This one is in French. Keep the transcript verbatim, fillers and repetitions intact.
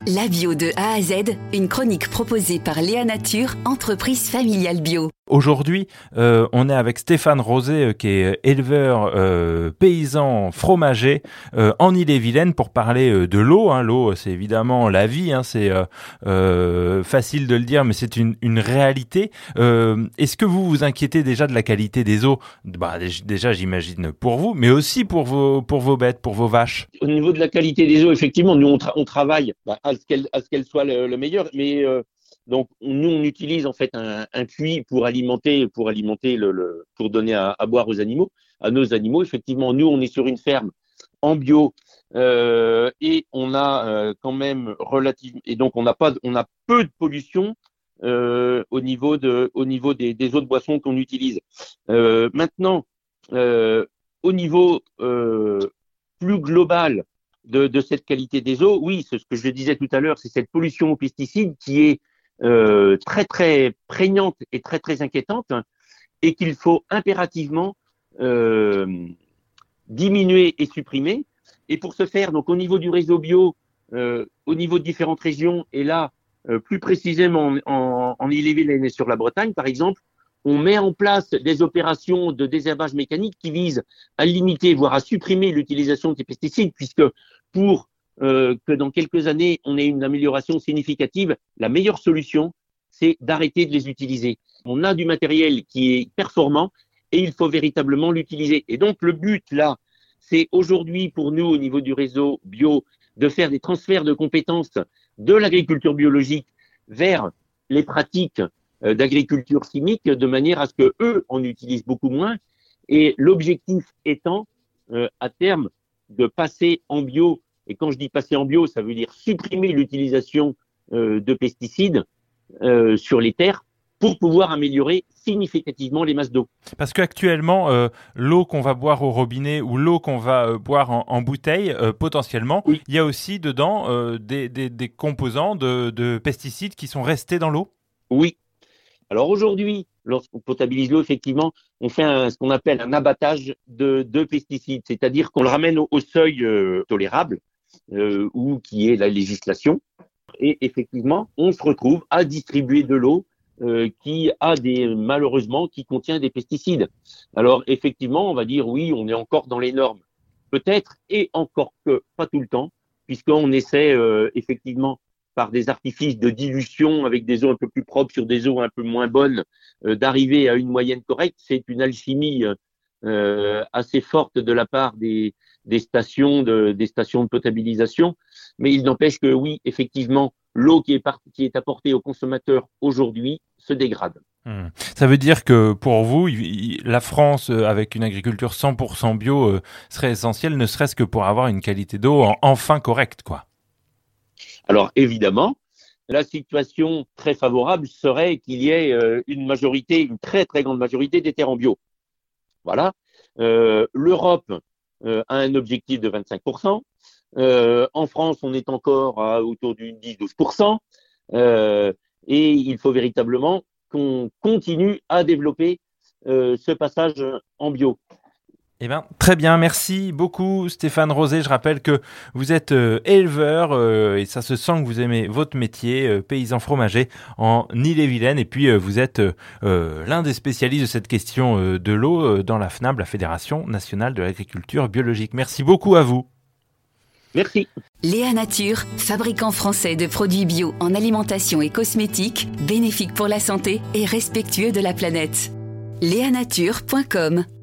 La bio de A à Z, une chronique proposée par Léa Nature, entreprise familiale bio. Aujourd'hui, euh, on est avec Stéphane Rosé, euh, qui est éleveur euh, paysan fromager euh, en Ille-et-Vilaine pour parler euh, de l'eau. Hein. L'eau, c'est évidemment la vie, hein. c'est euh, euh, facile de le dire, mais c'est une, une réalité. Euh, est-ce que vous vous inquiétez déjà de la qualité des eaux ? Bah, déjà, j'imagine pour vous, mais aussi pour vos, pour vos bêtes, pour vos vaches. Au niveau de la qualité des eaux, effectivement, nous, on, tra- on travaille bah, à ce qu'elle, à ce qu'elle soit le, le meilleur, mais... Euh, Donc, nous, on utilise en fait un, un puits pour alimenter, pour alimenter le, le pour donner à, à boire aux animaux, à nos animaux. Effectivement, nous, on est sur une ferme en bio euh, et on a euh, quand même relative et donc on n'a pas, on a peu de pollution euh, au niveau de, au niveau des, des eaux de boisson qu'on utilise. Euh, maintenant, euh, au niveau euh, plus global de, de cette qualité des eaux, oui, c'est ce que je disais tout à l'heure, c'est cette pollution aux pesticides qui est Euh, très très prégnante et très très inquiétante et qu'il faut impérativement euh, diminuer et supprimer. Et pour ce faire, donc au niveau du réseau bio, euh, au niveau de différentes régions, et là euh, plus précisément en, en, en Ille-et-Vilaine et sur la Bretagne par exemple, on met en place des opérations de désherbage mécanique qui visent à limiter, voire à supprimer l'utilisation de ces pesticides, puisque pour Euh, que dans quelques années, on ait une amélioration significative, la meilleure solution, c'est d'arrêter de les utiliser. On a du matériel qui est performant et il faut véritablement l'utiliser. Et donc, le but, là, c'est aujourd'hui pour nous, au niveau du réseau bio, de faire des transferts de compétences de l'agriculture biologique vers les pratiques euh, d'agriculture chimique de manière à ce que eux en utilisent beaucoup moins. Et l'objectif étant, euh, à terme, de passer en bio. Et quand je dis passer en bio, ça veut dire supprimer l'utilisation euh, de pesticides euh, sur les terres pour pouvoir améliorer significativement les masses d'eau. Parce qu'actuellement, euh, l'eau qu'on va boire au robinet ou l'eau qu'on va euh, boire en, en bouteille, euh, potentiellement, oui. Il y a aussi dedans euh, des, des, des composants de, de pesticides qui sont restés dans l'eau ? Oui. Alors aujourd'hui, lorsqu'on potabilise l'eau, effectivement, on fait un, ce qu'on appelle un abattage de, de pesticides, c'est-à-dire qu'on le ramène au, au seuil euh, tolérable, Euh, ou qui est la législation. Et effectivement, on se retrouve à distribuer de l'eau euh, qui a des, malheureusement, qui contient des pesticides. Alors, effectivement, on va dire, oui, on est encore dans les normes. Peut-être, et encore que, pas tout le temps, puisqu'on essaie, euh, effectivement, par des artifices de dilution avec des eaux un peu plus propres sur des eaux un peu moins bonnes, euh, d'arriver à une moyenne correcte. C'est une alchimie euh, assez forte de la part des des stations de des stations de potabilisation, mais il n'empêche que oui, effectivement, l'eau qui est part, qui est apportée aux consommateurs aujourd'hui se dégrade. Mmh. Ça veut dire que pour vous, la France avec une agriculture cent pour cent bio serait essentielle, ne serait-ce que pour avoir une qualité d'eau enfin correcte, quoi. Alors évidemment, la situation très favorable serait qu'il y ait une majorité, une très très grande majorité des terres en bio. Voilà. Euh, L'Europe Euh, a un objectif de vingt-cinq pour cent. Euh, en France, on est encore à autour du dix à douze pour cent. Euh, et il faut véritablement qu'on continue à développer euh, ce passage en bio. Eh bien, très bien, merci beaucoup Stéphane Rosé. Je rappelle que vous êtes euh, éleveur euh, et ça se sent que vous aimez votre métier, euh, paysan fromager en Ille-et-Vilaine. Et puis, euh, vous êtes euh, l'un des spécialistes de cette question euh, de l'eau euh, dans la F N A B, la Fédération nationale de l'agriculture biologique. Merci beaucoup à vous. Merci. Léa Nature, fabricant français de produits bio en alimentation et cosmétiques, bénéfiques pour la santé et respectueux de la planète. léa nature point com